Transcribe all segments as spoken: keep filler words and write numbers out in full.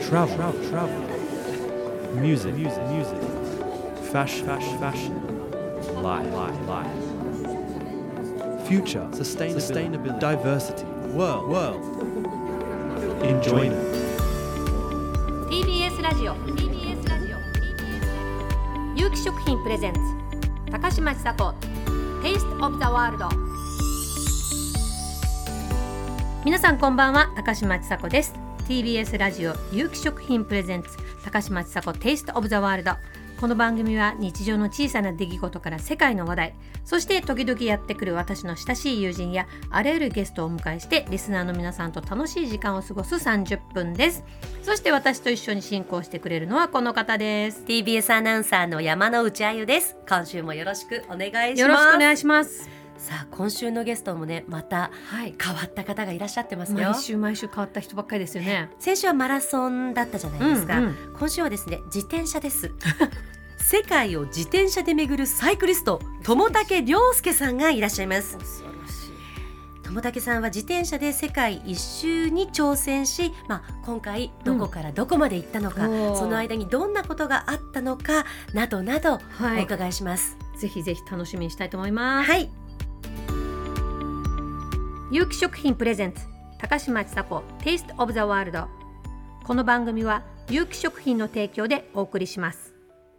travel, travel, travel, music, music, music, fashion, fashion, fashion, life, life, life, future, sustainability, sustainability, diversity, world, world, enjoyment. ティービーエス ラジオ ティービーエス ラジオ有機食品プレゼンツ高嶋ちさ子 Taste of the World。 皆さんこんばんは、高嶋ちさ子です。 ティービーエス ラジオ有機食品プレゼンツ高嶋ちさ子 Taste of the World。 この番組は日常の小さな出来事から世界の話題、そして時々やってくる私の親しい友人やあらゆるゲストをお迎えしてリスナーの皆さんと楽しい時間を過ごすさんじゅっぷんです。そして私と一緒に進行してくれるのはこの方です。 ティービーエス アナウンサーの山内あゆです。今週もよろしくお願いします。 よろしくお願いします。 さあ今週のゲストもね、また変わった方がいらっしゃってますよ。 毎週毎週変わった人ばっかりですよね。 先週はマラソンだったじゃないですか、 うんうん、 今週はですね自転車です世界を自転車で巡るサイクリスト友武亮介さんがいらっしゃいます。友武さんは自転車で世界一周に挑戦し、まあ、今回どこからどこまで行ったのか、うん、その間にどんなことがあったのかなどなどお伺いします、 はい、ぜひぜひ楽しみにしたいと思います。 はい、 有機食品プレゼンツ高嶋ちさ子 Taste of the World。 この番組は有機食品の提供でお送りします。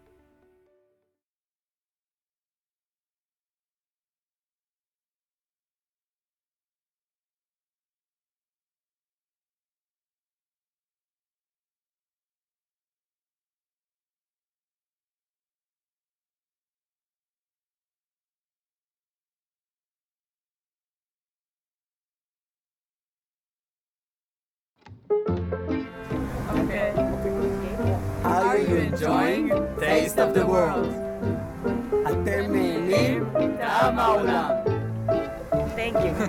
Okay. Are you enjoying Taste of the World? אתם נהנים? טעם העולם. Thank you.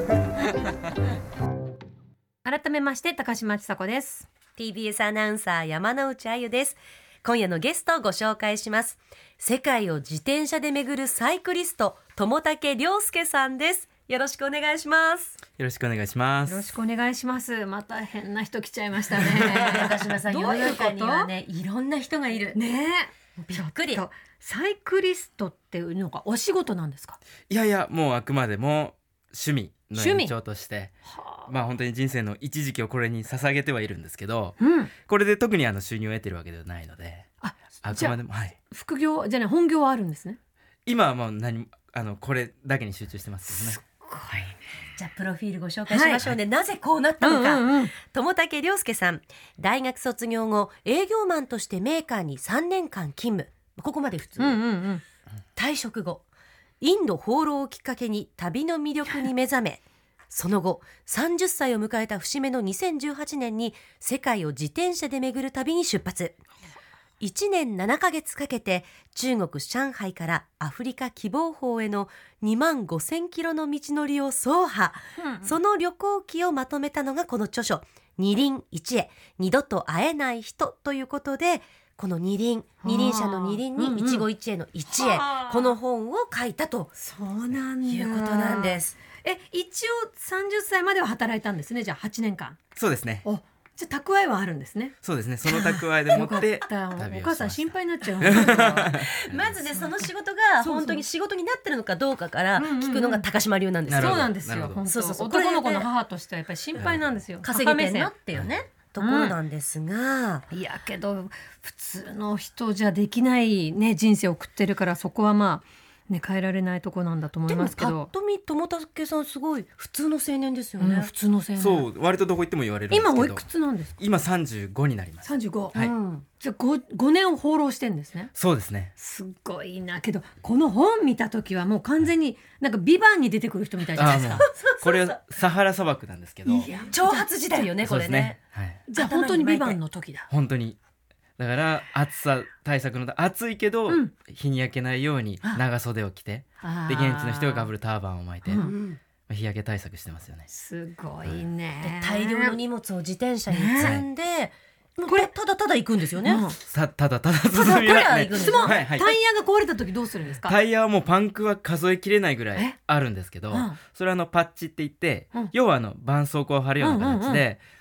改めまして高嶋ちさ子です。 ティービーエス アナウンサー山内あゆです。今夜のゲストをご紹介します。世界を自転車で巡るサイクリスト友武亮介さんです。よろしくお願いします。 よろしくお願いします。 よろしくお願いします。また変な人来ちゃいましたね高島さん、 どういうこと？ 世の中にはねいろんな人がいるね。 びっくり。 サイクリストっていうのがお仕事なんですか？ いやいや、もうあくまでも趣味の延長として、まあ本当に人生の一時期をこれに捧げてはいるんですけど、うん、これで特にあの収入を得てるわけではないので、あ、あくまでも、はい、 副業じゃない本業はあるんですね。 今はもう何あのこれだけに集中してますけどね。 はい、じゃあプロフィールご紹介しましょうね、はい、なぜこうなったのか、うんうんうん、友武亮介さん、大学卒業後営業マンとしてメーカーにさんねんかん勤務、ここまで普通、うんうんうん、退職後インド放浪をきっかけに旅の魅力に目覚めその後さんじゅっさいを迎えた節目のにせんじゅうはちねんに世界を自転車で巡る旅に出発。いちねんななかげつかけて中国上海からアフリカ喜望峰へのにまんごせんキロの道のりを走破、うん、その旅行記をまとめたのがこの著書二輪一会二度と会えない人ということで、この二輪二輪車の二輪に一期一会の一会、うんうん、この本を書いたとそうなんだいうことなんです。 え一応さんじゅっさいまでは働いたんですね。じゃあはちねんかん。 そうですね。 おじゃあ蓄えはあるんですね。 そうですね。その蓄えでもってお母さん心配になっちゃうまずねその仕事が本当に仕事になってるのかどうかから聞くのが高島流なんですよ。 そうなんですよ。そうそうそう、男の子の母としてはやっぱり心配なんですよ。 稼げてんなっていうねところなんですが、 うん、いやけど普通の人じゃできない、ね、人生を送ってるから、そこはまあね、変えられないとこなんだと思いますけど。 でもパッと見友武さんすごい普通の青年ですよね、うん、 普通の青年。 そう割とどこ行っても言われるんですけど。 今おいくつなんですか？ 今さんじゅうごになります。 さんじゅうご、 はい、 うん、じゃあ 5, ごねんを放浪してんですね。 そうですね。 すごいな。けどこの本見た時はもう完全になんかビバンに出てくる人みたいじゃないですか。 これはサハラ砂漠なんですけど、 挑発時代よねこれね。 はい、 じゃあ本当にビバンの時だ。 本当にだから暑さ対策の暑いけど、うん、日に焼けないように長袖を着て、で現地の人がかぶるターバンを巻いて、うん、日焼け対策してますよね。 すごいね、 で大量の荷物を自転車に積んで、ね、これただただ行くんですよね、うん、 た, ただただ進みますね。 質問、はいはい、タイヤが壊れた時どうするんですか？ タイヤはもうパンクは数えきれないぐらいあるんですけど、うん、それはあのパッチって言って、うん、要はあの絆創膏を貼るような形で、うんうんうん、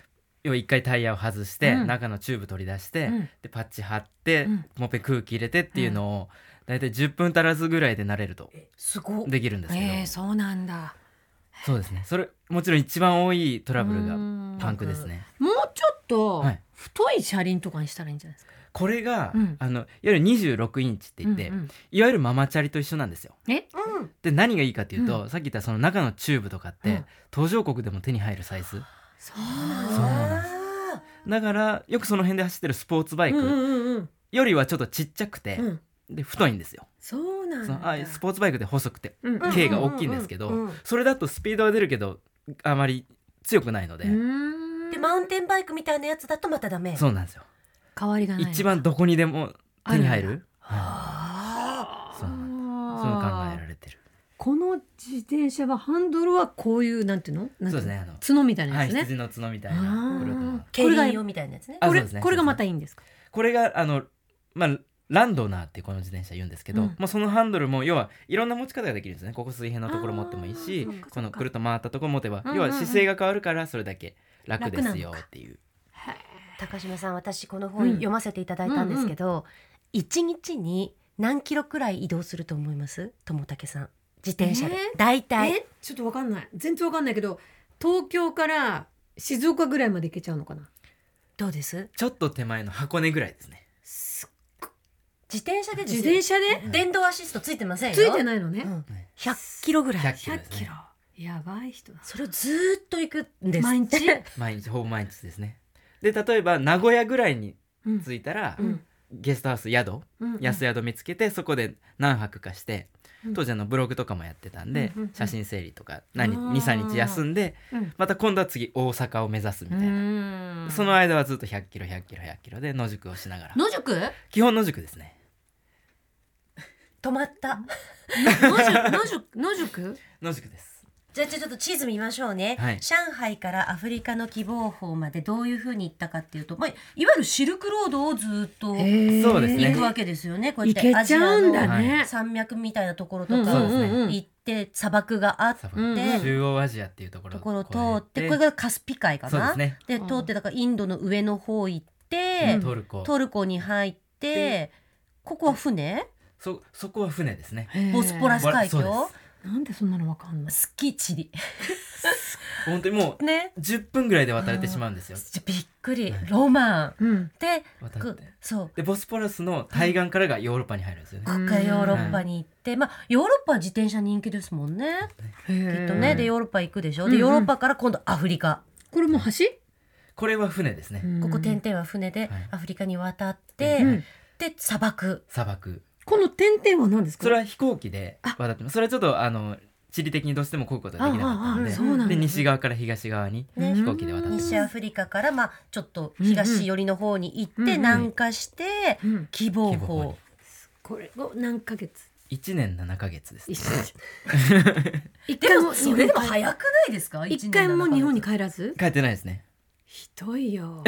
要は一回タイヤを外して、 うん中のチューブ取り出して、 うんでパッチ貼って、 うんもう一回空気入れてっていうのを、だいたいじゅっぷん足らずぐらいで慣れるとすごい。 できるんですけど、 えー、そうなんだ。 そうですね、それもちろん一番多いトラブルがうんパンクですね。 もうちょっとはい太い車輪とかにしたらいいんじゃないですか。 これが、 うんあのいわゆるにじゅうろくインチって言って、 うんうんいわゆるママチャリと一緒なんですよ。 え、 うん。 で何がいいかっていうと、 うさっき言ったその中のチューブとかって、 うん途上国でも手に入るサイズそうそうなんですだからよくその辺で走ってるスポーツバイうんうクんうんうんよりはちょっとちっちゃくて、 うんで太いんですよ。 そうなんだ。 そのあスポーツバイクで細くてうんうん径が大きいんですけど、 うんうんうんそれだとスピードは出るけどあまり強くないので、 うーんでマウンテンバイクみたいなやつだとまたダメ。 そうなんですよ。 変わりがない。 一番どこにでも手に入あるんる、はあいそうなんです。 あーそういうの考えられてる。 この自転車はハンドルはこういうなんていうの？なんていのそうですね。あの角みたいなはい、 やつね。 羊の角みたいなあー黒とのー競輪用みたいなやつね。 あこれそうですねこれがまたいいんですか？ これがあのまあランドナーってこの自転車言うんですけど、 うんもうそのハンドルも要はいろんな持ち方ができるんですね。ここ水平のところ持ってもいいしあーそっかそっかこのくるっと回ったところ持てば、 うんうんうん要は姿勢が変わるからそれだけ楽ですよ楽なのかっていう。 高島さん、私このうん本読ませていただいたんですけど、一日に何キロくらい移動すると思います？友武さん、自転車で、 えーだいたいえちょっとわかんない。全然わかんないけど東京から静岡ぐらいまで行けちゃうのかな。 どうです？ ちょっと手前の箱根ぐらいですね。 自転車でです自よ転車で電動アシストついてませんよ。 ついてないのね。 うんひゃっキロぐらい。 ひゃっキロですねひゃっキロ。やばい人だ。 それをずーっと行くんです。 毎日毎日ほぼ毎日ですね。で例えば名古屋ぐらいにうん着いたら、 うんゲストハウス宿うん安宿見つけてそこで何泊かして、 うん当時あのブログとかもやってたんで、 うんうんうん写真整理とか何あーにさんにち休んで、 うんまた今度は次大阪を目指すみたいな、 うんその間はずっとひゃっキロひゃっキロひゃっキロで野宿をしながら野宿？ 基本野宿ですね。 止まった。 野宿野宿野宿？ 野宿です。 じゃあちょっと地図見ましょうね、 はい上海からアフリカの喜望峰までどういうふうに行ったかっていうと、まあ、いわゆるシルクロードをずっとそうですね行くわけですよね。こうやっ行けてアジアちゃうんだのね。 山脈みたいなところとかそうですね行って砂漠があって、 砂うん漠中央アジアっていうところところを通って越えこれがカスピ海かな。 そうですね。 で通ってだからインドの上の方行って、 トルコトルコに入ってここは船そそこは船ですね。 ボスポラス海そう峡でなんでそんなのわかんの？ スキチリ本当にもうね。 じゅっぷんぐらいで渡れてしまうんですよ。 びっくりはいロマンうん。 でく渡ってそうでボスポラスの対岸からがヨーロッパに入るんですよね。 ここからヨーロッパに行って、まあヨーロッパは自転車人気ですもんねききっとね。でヨーロッパ行くでしょ。 うんうんでヨーロッパから今度アフリカ、 これも橋？ これは船ですね。 ここ点々は船ではいアフリカに渡って、 うんで砂漠砂漠。 この点々は何ですか？ それは飛行機で渡ってます。それはちょっとあの地理的にどうしてもこういうことができなかったので、 あああそうなんだで西側から東側にね飛行機で渡ってます。 西アフリカからまあちょっと東寄りの方に行ってうんうん南下してうん希望希望峰峰にこれを何ヶ月？ いちねんななかげつですね。 一で回ももそれでも早くないですか？ 一回も日本に帰帰らず？ 帰ってないですね。 ひどいよ。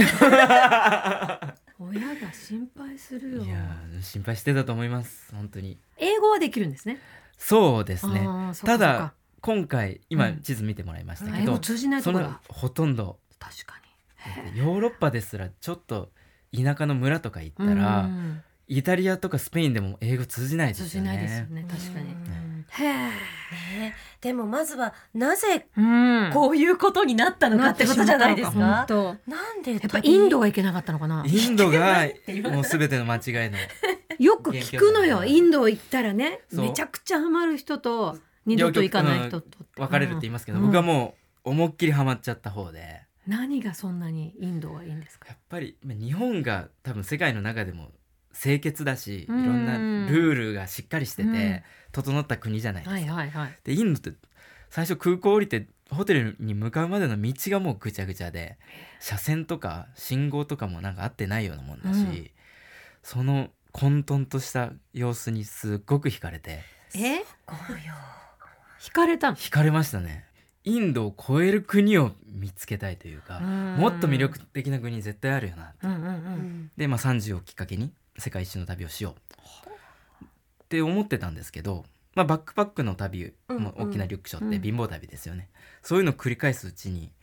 親が心配するよい。やー心配してたと思います本当に。 英語はできるんですね。 そうですね。 あーそっかそっかただ今回今うん地図見てもらいましたけ英語ど、 通じないとそころだ。 のほとんど確かヨーロッパですらちょっと田舎の村とか行ったに。 ら、 うんイタリアとかスペインでも英語通じないで通じすよね。 ないですよね。確かに。 うんへえ。 ねでもまずはなぜうんこういうことになったのかってことじゃないですか。 本当。 なんでやっぱインドが行けなかったのかな。 インドがもうすべての間違いのよく聞くのよ。インド行ったらね、 そうめちゃくちゃハマる人と二度と行かない人と分かれるって言いますけど、 うん僕はもう思いっきりハマっちゃった方で、 何がそんなにインドはいいんですか？ やっぱりまあ日本が多分世界の中でも清潔だし、いろうんんなルールがしっかりしてて、 うん整った国じゃないですか。 はいはいはい。 でインドって最初空港降りてホテルに向かうまでの道がもうぐちゃぐちゃで、車線とか信号とかもなんか合ってないようなもんだし、 うんその混沌とした様子にすっごく惹かれてえ？ こうよ。 惹かれたの？ 惹かれましたね。インドを超える国を見つけたいというか、もっと魅力的な国絶対あるよな。 うんうんうん。 で、まあ、さんじゅうをきっかけに世界一周の旅をしようって思ってたんですけど、まあ、バックパックの旅も大きなリュック背負って貧乏旅ですよね、そういうのを繰り返すうちに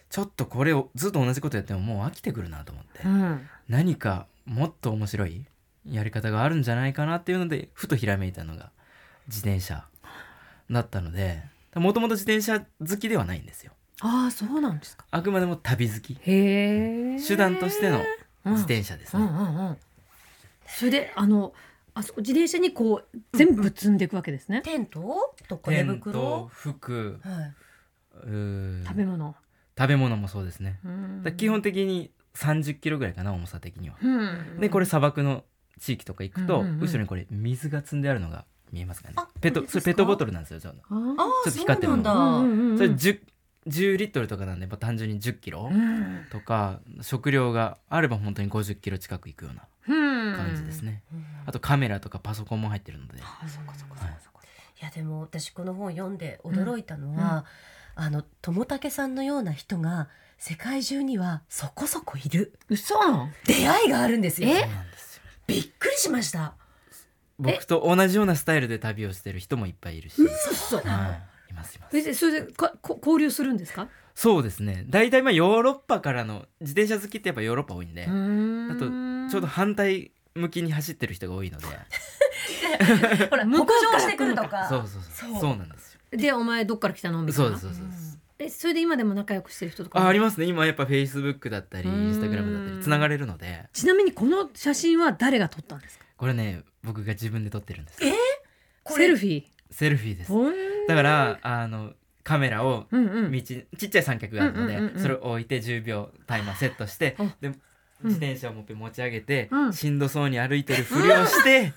ちょっとこれをずっと同じことやってももう飽きてくるなと思って、 うん、 何かもっと面白いやり方があるんじゃないかなっていうのでふとひらめいたのが自転車だったので、もともと自転車好きではないんですよ。 ああそうなんですか。 あくまでも旅好き、 へえ。 手段としての自転車ですね、 うんうんうんうん、それであのあそこ自転車にこう全部積んでいくわけですね。 テントとか寝テン袋、 ト、服、 はい、 うー食べ物食べ物もそうですね。 うんだ基本的にさんじゅっキロぐらいかな、重さ的には。 うんでこれ砂漠の地域とか行くと、 うんうんうん後ろにこれ水が積んであるのが見えますかね。 あペットこれですかそれペットボトルなんですよ。ちょっとあーあちょっと光ってるのそうなんだ、 うんうんうんそれ 10, じゅうリットルとかなんで、まあ、単純にじゅっキロうんとか、食料があれば本当にごじゅっキロ近く行くような感じですね、 うんあとカメラとかパソコンも入ってるので、 あそっかそっかはいそっかいやでも私この本読んで驚いたのは、あの友武さんのような人が世界中にはそこそこいる、 嘘。 出会いがあるんですよ。 えそうなんですよ。 びっくりしました。 僕と同じようなスタイルで旅をしてる人もいっぱいいるし、 嘘。 はい、いますいます。 えでそれでかこ交流するんですか。 そうですね、大体まあヨーロッパからの自転車好きってやっぱヨーロッパ多いんで、 うーんあとちょうど反対向きに走ってる人が多いので、 ほら向こうから北上してくるとか。 そうそうそうそうそうなんですよ。 でお前どっから来たのみたいそうでな。 すそうですそうです。 えそれで今でも仲良くしてる人とかもあありますね。今やっぱフェイスブックだったりイうんンスタグラムだったりつながれるので、 ちなみにこの写真は誰が撮ったんですか。 これね僕が自分で撮ってるんです。 これセルフィー。 セルフィーです。 ほーだからあのカメラをうんうん道ちっちゃい三脚があるので、 うんうんうんうんそれを置いてじゅうびょうタイマーセットして、 あで自転車をもっぺん持ち上げて、 うんしんどそうに歩いてるふりをして、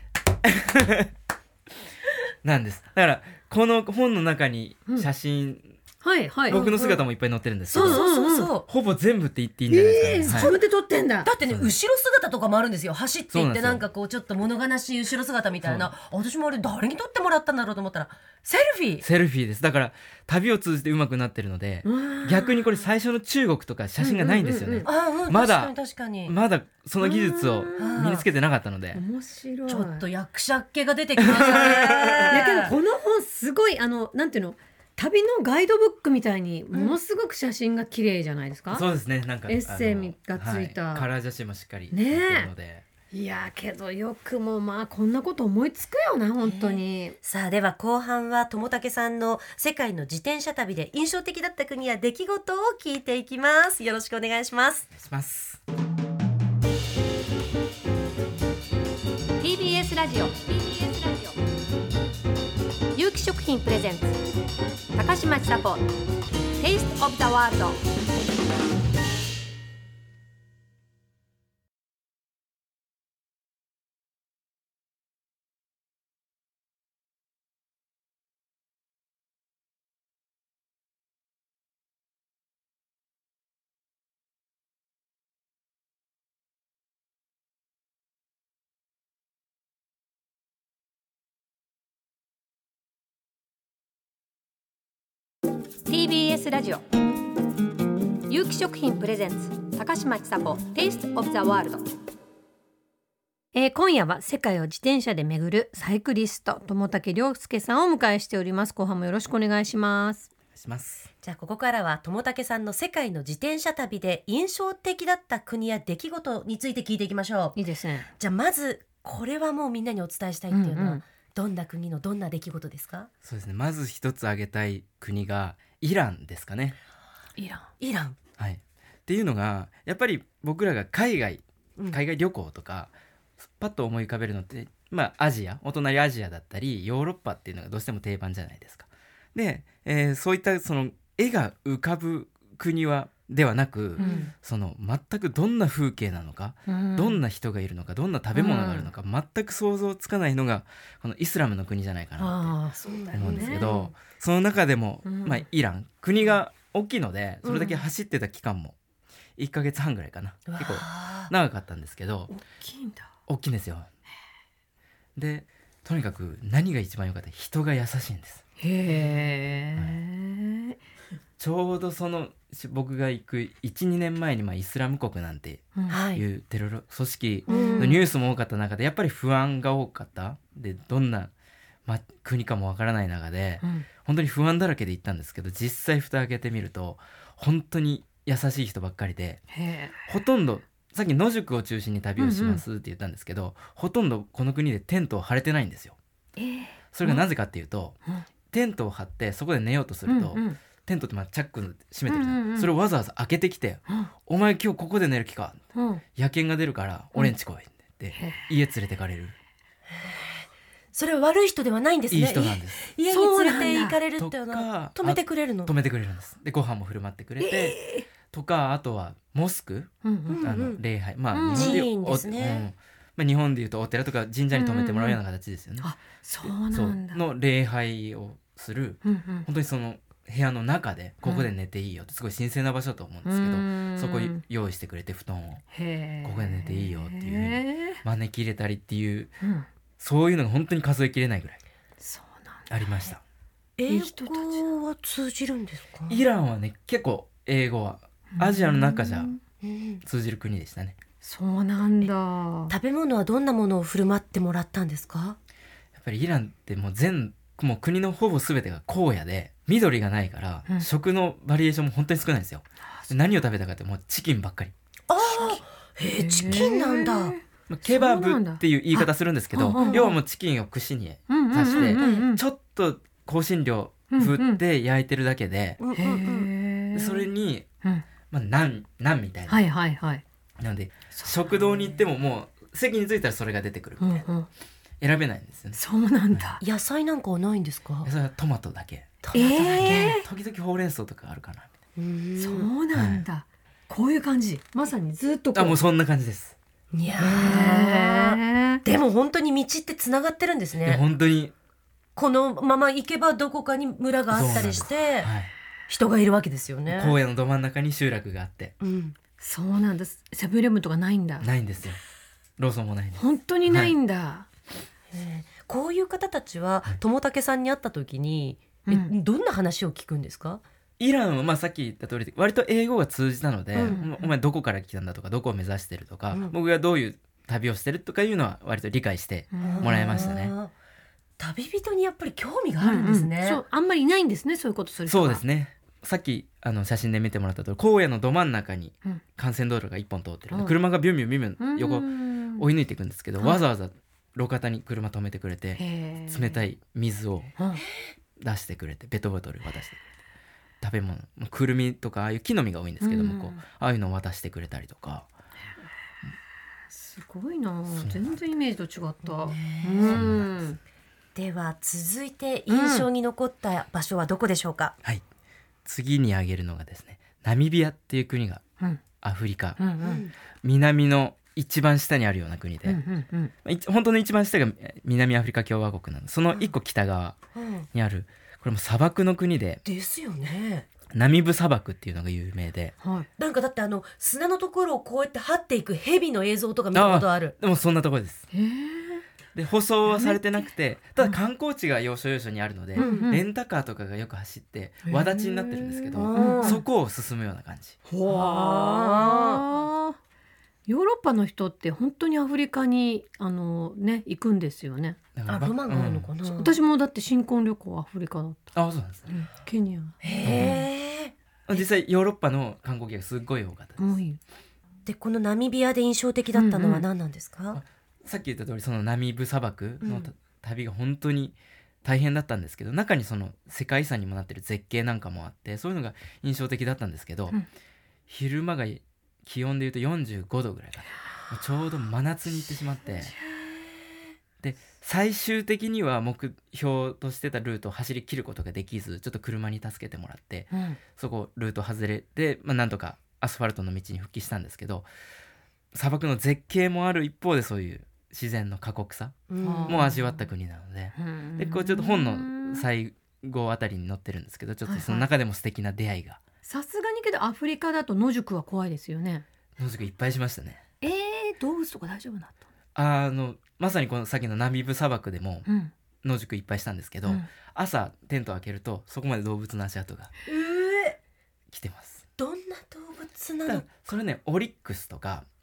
なんです。だからこの本の中に写真、 はいはい。 僕の姿もいっぱい載ってるんですけど、 そうそうそうそう。 ほぼ全部って言っていいんじゃないえーですかね。 自分で撮ってんだ。 だってね後ろ姿とかもあるんですよ。走っていってそうなんですよなんかこうちょっと物悲しい後ろ姿みたいな。私もあれ誰に撮ってもらったんだろうと思ったらセルフィー。 セルフィーです。だから旅を通じて上手くなってるので、逆にこれ最初の中国とか写真がないんですよね、 うんうんあうんまだ確かに確かに。 まだその技術を身につけてなかったので、 面白い。 ちょっと役者っ気が出てきましたね。 いやけどこの本すごいあのなんていうの旅のガイドブックみたいにものすごく写真が綺麗じゃないですか。 そうですね、なんかエッセイがついたあのはいカラー写真もしっかりねえ載ってるので、 いやけどよくもまあこんなこと思いつくよな本当に。 さあでは後半は友武さんの世界の自転車旅で印象的だった国や出来事を聞いていきます。よろしくお願いします。 お願いします。 ティービーエス ラジオ ティービーエス ラジオ有機食品プレゼンツ高嶋ちさ子 Taste of the World。 ティービーエス ラジオ有機食品プレゼンツ高嶋ちさ子 Taste of the World。えー、今夜は世界を自転車で巡るサイクリスト友武亮介さんをお迎えしております。後半もよろしくお願いします。 お願いします。 じゃあここからは友武さんの世界の自転車旅で印象的だった国や出来事について聞いていきましょう。 いいですね。 じゃあまずこれはもうみんなにお伝えしたいっていうのは、 うんうん、 どんな国のどんな出来事ですか？ そうですね、まず一つ挙げたい国がイランですかね。 イラン。 イラン、 はい、っていうのがやっぱり僕らが海外うん海外旅行とか、パッと思い浮かべるのって、まあ、アジアお隣アジアだったりヨーロッパっていうのがどうしても定番じゃないですか。で、えーそういったその絵が浮かぶ国はではなく、 うんその全くどんな風景なのか、 うんどんな人がいるのかどんな食べ物があるのか、全く想像つかないのがこのイスラムの国じゃないかなああそうって思うんですけど、 ねその中でも、 うんまあ、イラン国が大きいのでそれだけ走ってた期間もいっかげつはんぐらいかな、 うわー結構長かったんですけど、 大きいんだ。 大きいんですよ。でとにかく何が一番良かった、人が優しいんです。 へえ、 ちょうどそのし僕が行く いちにねんまえに、まあ、イスラム国なんてうんはいいうテロ組織うんのニュースも多かった中でやっぱり不安が多かったで、どんなま、国かもわからない中で、うん、本当に不安だらけで行ったんですけど、実際蓋開けてみると本当に優しい人ばっかりで、ほとんどさっき野宿を中心に旅をしますって言ったんですけど、うんうん、ほとんどこの国でテントを張れてないんですよ、えー、それがなぜかっていうと、うん、テントを張ってそこで寝ようとすると、うんうん、テントってまあチャック閉めてるじゃん、うんうん、それをわざわざ開けてきて、うん、お前今日ここで寝る気か、うん、野犬が出るから俺んち来いって、うん、家連れてかれる。 それは悪い人ではないんですね。 いい人なんです。 家に連れて行かれるっていうのは止めてくれるの。 止めてくれるんです。でご飯も振る舞ってくれて、えー、とかあとはモスク、うんうん、あの礼拝、まあ、 うん、寺院ですね、 うん、まあ、日本でいうとお寺とか神社に泊めてもらうような形ですよね、うんうん、 あ、そうなんだ。 の礼拝をする、うんうん、本当にその部屋の中でここで寝ていいよって、すごい神聖な場所だと思うんですけど、うん、そこ用意してくれて布団をここで寝ていいよっていう風に招き入れたりっていう、うん、そういうのが本当に数えきれないぐらいありました。 英語は通じるんですか？ イランはね結構英語はアジアの中じゃ通じる国でしたね。 そうなんだ。 食べ物はどんなものを振る舞ってもらったんですか？ やっぱりイランってもう全もう国のほぼ全てが荒野で緑がないから、うん、食のバリエーションも本当に少ないんですよ。何を食べたかってもうチキンばっかり。 ああ、へえ、チキンなんだ。 ケバブっていう言い方するんですけど、要はもうチキンを串に刺してちょっと香辛料振って焼いてるだけで、それに、まあ、ナン、ナンみたいな、 はいはいはい、 なので食堂に行ってももう席に着いたらそれが出てくるみたいな、うんうん、選べないんですよね。 そうなんだ。 野菜なんかはないんですか？ それはトマトだけ。 トマトだけ、 えー、時々ほうれん草とかあるかなみたいな。 そうなんだ、はい、こういう感じ、まさにずっとこう、 あ、もうそんな感じです。 いやでも本当に道ってつながってるんですね。 本当にこのまま行けばどこかに村があったりして、はい、人がいるわけですよね。 荒野のど真ん中に集落があって、 うん、そうなんです。セブンイレブンとかないんだ。 ないんですよ。ローソンもないんです。 本当にないんだ、はい、 えー、こういう方たちは友武さんに会った時に、はい、えどんな話を聞くんですか？ イランはまあさっき言った通り割と英語が通じたので、うん、お前どこから来たんだとかどこを目指してるとか、うん、僕がどういう旅をしてるとかいうのは割と理解してもらいましたね。 旅人にやっぱり興味があるんですね、うんうん、 そう、あんまりいないんですね、そういうことする人は。 そうですね。さっきあの写真で見てもらったとおり荒野のど真ん中に幹線道路が一本通ってる、うん、車がビュンビュンビュンビュン横追い抜いていくんですけど、わざわざ路肩に車止めてくれて冷たい水を出してくれてペットボトル渡してくれて、食べ物くるみとかああいう木の実が多いんですけども、うん、こうああいうのを渡してくれたりとか。 すごいな、全然イメージと違った、うん、 では続いて印象に残った場所はどこでしょうか？ うん、はい、次に挙げるのがですね、ナミビアっていう国がアフリカ、うんうん、南の一番下にあるような国で、うんうんうん、本当の一番下が南アフリカ共和国なんです。その一個北側にある、これも砂漠の国でですよね。 ナミブ砂漠っていうのが有名で、 はい、なんかだってあの砂のところをこうやって這っていく蛇の映像とか見たことある。 あ、でもそんなところです。で舗装はされてなくて、ただ観光地が要所要所にあるので、うん、レンタカーとかがよく走ってわだちになってるんですけど、そこを進むような感じ。 はあ、ヨーロッパの人って本当にアフリカにあの、ね、行くんですよね。 あ、ロマンがあるのかな、うん、 私もだって新婚旅行アフリカだった。 あ、そうなんですね、うん、 ケニア。 へー、実際ヨーロッパの観光客すっごい多かったです、うん、 でこのナミビアで印象的だったのは何なんですか？うんうん、 さっき言った通りそのナミブ砂漠の旅が本当に大変だったんですけど、中にその世界遺産にもなってる絶景なんかもあって、そういうのが印象的だったんですけど、うん、昼間が気温でいうとよんじゅうごどぐらいかな、ちょうど真夏に行ってしまって、で最終的には目標としてたルートを走り切ることができず、ちょっと車に助けてもらって、うん、そこルート外れて、まあ、なんとかアスファルトの道に復帰したんですけど、砂漠の絶景もある一方でそういう自然の過酷さも味わった国なので、うん、でこうちょっと本の最後あたりに載ってるんですけど、ちょっとその中でも素敵な出会いが、 さすがにけどアフリカだと野宿は怖いですよね。 野宿いっぱいしましたね。 えー、動物とか大丈夫だった？ あのまさにこのさっきのナミブ砂漠でも野宿いっぱいしたんですけど、うん、朝テント開けるとそこまで動物の足跡が来てます。 どんな動物なの？ それね、オリックスとか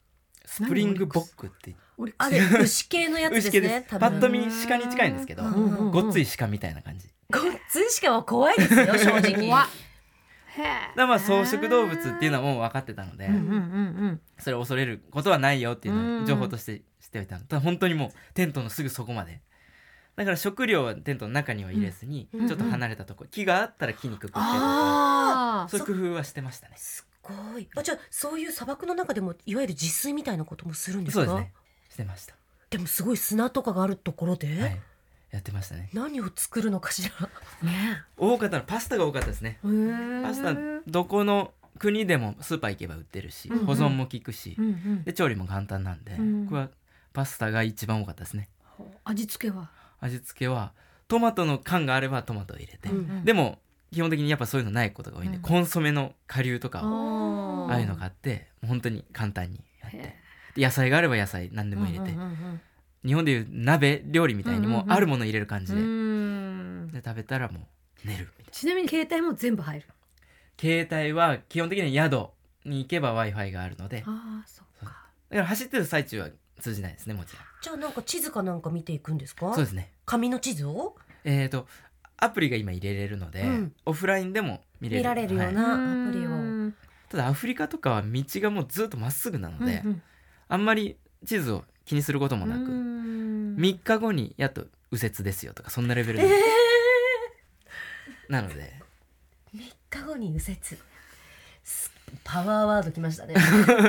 スプリングボックってあれ牛系のやつです牛系ね。 です。パッと見鹿に近いんですけど、 うんうんうんごっつい鹿みたいな感じ。 ごっつい鹿は怖いですよ正直。 怖っへだからまあ草食動物っていうのはもう分かってたので、 うんうんうんそれを恐れることはないよっていうのうんを情報として知っておいたの。ただ本当にもうテントのすぐそこまで。だから食料はテントの中には入れずに、 うんちょっと離れたところ、木があったら木にくくってとか、 あそういう工夫はしてましたね。 すごい。あ、じゃあそういう砂漠の中でもいわゆる自炊みたいなこともするんですか？ そうですね。してました。 でもすごい砂とかがあるところで、 はい。やってましたね。 何を作るのかしら。 ね多かったのパスタが多かったですね。 へーパスタどこの国でもスーパー行けば売ってるし、 うんうん保存も効くし、 うんうんで調理も簡単なんで、 うん僕はパスタが一番多かったですね。 味付けは味付けはトマトの缶があればトマトを入れて、 うんでも基本的にやっぱそういうのないことが多いんで、 うんコンソメの顆粒とかをあああいうのがあってもう本当に簡単にやってへで野菜があれば野菜何でも入れて、 うんうんうん日本でいう鍋料理みたいにもううんうんうんあるもの入れる感じで,、 うんで食べたらもう寝るみたいな。 ちなみに携帯も全部入る。 携帯は基本的には宿に行けば Wi-Fi があるので、 ああそっか。 だから走ってる最中は通じないですね、もちろん。 じゃあなんか地図かなんか見ていくんですか？ そうですね。 紙の地図をえーとアプリが今入れれるので、 うんオフラインでも見れる見られるようはいなアプリを。 うんただアフリカとかは道がもうずっとまっすぐなので、 うんうんあんまり地図を気にすることもなく、 うんみっかごにやっと右折ですよとかそんなレベルえで、 ー、 なのでみっかごに右折。すパワーワードきましたね。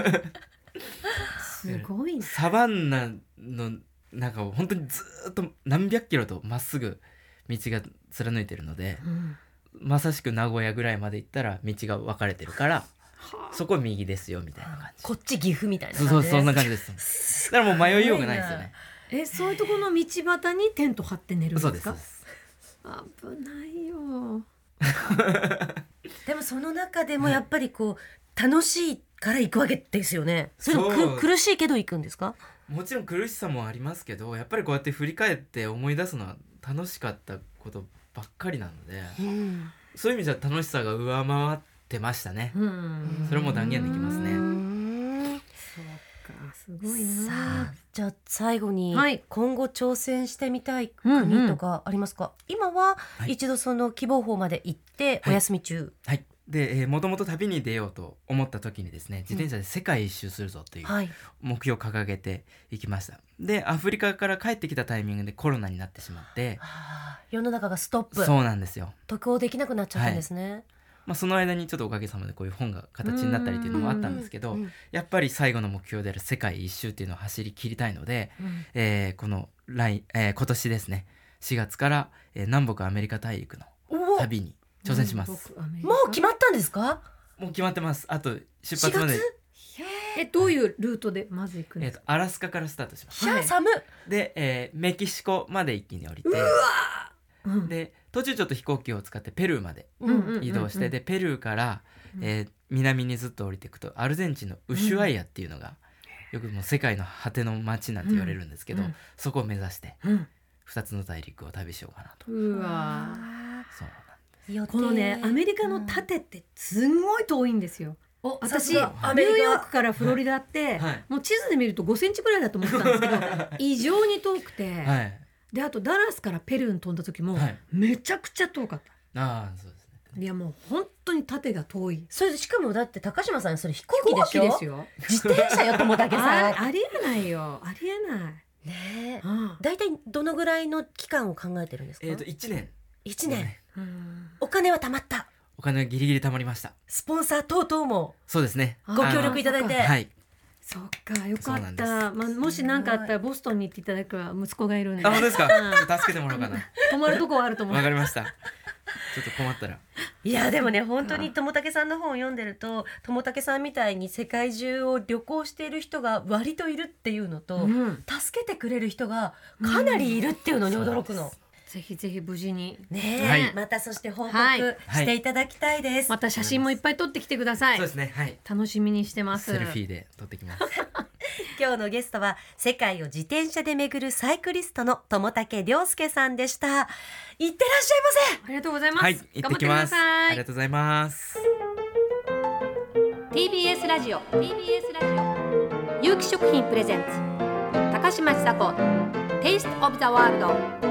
すごいね。 サバンナの中を本当にずっと何百キロとまっすぐ道が貫いてるので、 うんまさしく名古屋ぐらいまで行ったら道が分かれてるからそこ右ですよみたいな感じ。 こっち岐阜みたいなそう感じで。 そうそんな感じですだからもう迷いようがないですよね。 えそういうところの道端にテント張って寝るんですか？ そうですそうです危ないよ。 でもその中でもやっぱりこう楽しいから行くわけですよね。それともそうく苦しいけど行くんですか？ もちろん苦しさもありますけど、やっぱりこうやって振り返って思い出すのは楽しかったことばっかりなので、 うん。 そういう意味じゃ楽しさが上回ってましたね。 うんそれも断言できますね。 うんそうかすごいさなあ。じゃあ最後にはい今後挑戦してみたいうんうん国とかありますか？今ははい一度その希望峰まで行ってお休み中。 はい。で、えー、もともと旅に出ようと思った時にですね、自転車で世界一周するぞというはい。 目標を掲げていきました。で、アフリカから帰ってきたタイミングでコロナになってしまって、 はあ世の中がストップ。 そうなんですよ。 渡航できなくなっちゃったんですね。 まあ、その間にちょっとおかげさまでこういう本が形になったりっていうのもあったんですけど、 うんやっぱり最後の目標である世界一周っていうのを走り切りたいので、 うんえーこの来、えー今年ですねしがつから、えー南北アメリカ大陸のおお、 旅に挑戦します。 もう決まったんですか？ もう決まってます。あと出しがつ発まで、 えどういうルートでまず行くんえーですか？ とアラスカからスタートします。 ひゃ寒。 で、えーメキシコまで一気に降りて、 うんで途中ちょっと飛行機を使ってペルーまでうんうん移動して、 うんでペルーから、えー南にずっと降りていくとアルゼンチンのウシュアイアっていうのが、よくもう世界の果ての街なんて言われるんですけど、 うんそこを目指してうんふたつの大陸を旅しようかなと。 うわそう予定このねアメリカの縦ってすんごい遠いんですよ。 お私ニュさすがアーメリカヨークからフロリダって、 はいもう地図で見るとごセンチぐらいだと思ってたんですけど異常に遠くて、 はいであとダラスからペルーに飛んだ時も、 はいめちゃくちゃ遠かった。 ああそうですね。 いやもう本当に縦が遠い。 それでしかもだって高島さんそれ飛行飛行機でしょ？ 機ですよ。 自転車よ友武さん。 あありえないよ。ありえない。 ねえ。 うんだいたいどのぐらいの期間を考えてるんですか？ えっ、といちねん一年。 うんお金は貯まった。 お金がギリギリ貯まりました。 スポンサー等々もそうですね。 あご協力いただいて。 あはい。 そっかよかそうなんですった。まあもし何かあったらボストンに行っていただくは息子がいるんで。 あ本当ですか。 うんちょっと助けてもらおうかな。 泊まるとこはあると思うわ。かりました。ちょっと困ったら。 いやでもね本当に友武さんの本を読んでると友武さんみたいに世界中を旅行している人が割といるっていうのと、 うん助けてくれる人がかなりいるっていうのに驚くの。 ぜひぜひ無事に。 ねえ、 はいまたそして報告はいしていただきたいです。 また写真もいっぱい撮ってきてください。 そうですね。はい。 楽しみにしてます。 セルフィーで撮ってきます。 今日のゲストは世界を自転車で巡るサイクリストの友武亮介さんでした。いってらっしゃいませ。 ありがとうございます。 はい。行ってきます。 頑張ってくださいありがとうございます。 ティービーエス ラジオ ティービーエス ラジオ有機食品プレゼンツ高嶋ちさ子 Taste of the World。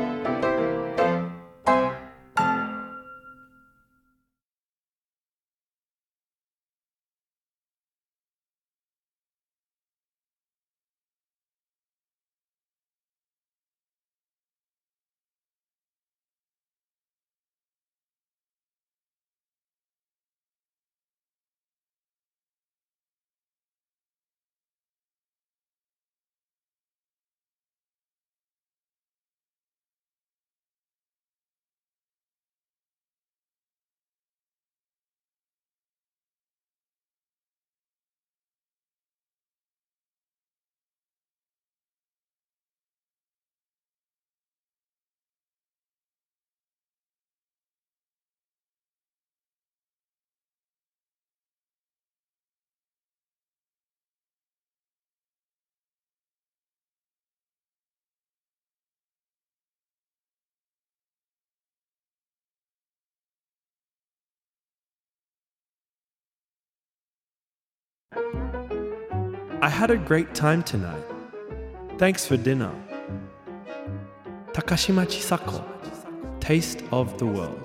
I had a great time tonight. Thanks for dinner. Takashima Chisako, Taste of the World.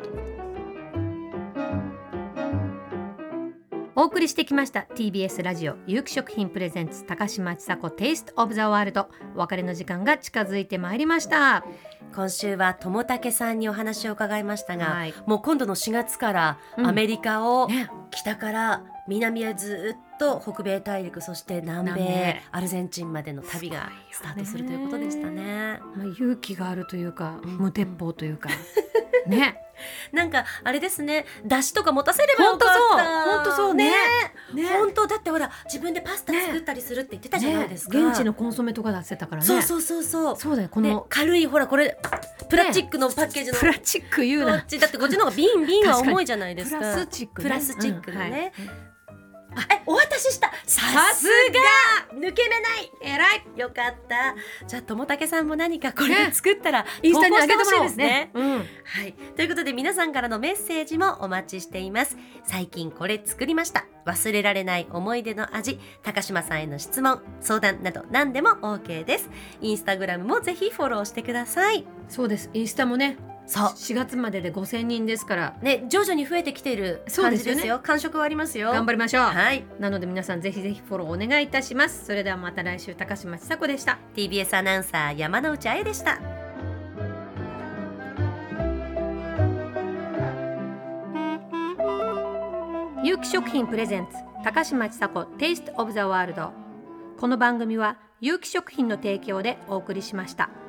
お送りしてきました ティービーエス ラジオ有機食品プレゼンツ高嶋ちさ子 Taste of the World。 お別れの時間が近づいてまいりました。 今週は友武さんにお話を伺いましたが、はい、もう今度のしがつからアメリカを北から南へずっと北米大陸、そして南米、南米アルゼンチンまでの旅がスタートするということでしたね。 まあ、勇気があるというか、うん、無鉄砲というかねなんかあれですね、出汁とか持たせればよかった。 本当そうね。 ね、本当だってほら自分でパスタ作ったりするって言ってたじゃないですか。 ね、現地のコンソメとか出せたからね。 そうそうそうそう。 そうだよ、この、 ね、軽いほらこれプラスチックのパッケージの、 ね、プラスチック言うな。 だってこっちの方が瓶瓶は重いじゃないですか。 プラスチック、 ね、プラスチックのね。うん、はい、 あ、 え、お渡しした。さすが抜け目ない。えらい。よかった。じゃあ友武さんも何かこれ作ったら、ね、 インスタに投稿してほしいですね。 ね、うん、 はい。ということで皆さんからのメッセージもお待ちしています。最近これ作りました。忘れられない思い出の味。高嶋さんへの質問、相談など何でも OK です。インスタグラムもぜひフォローしてください。 そうです。インスタもね。 そうしがつまででごせんにんですからね、徐々に増えてきている感じですよ。そうですよね。感触はありますよ。 頑張りましょう。 はい。 なので皆さんぜひぜひフォローお願いいたします。それではまた来週、高嶋ちさ子でした。 ティービーエス アナウンサー山内あゆでした。 有機食品プレゼンツ高嶋ちさ子 Taste of the World。 この番組は有機食品の提供でお送りしました。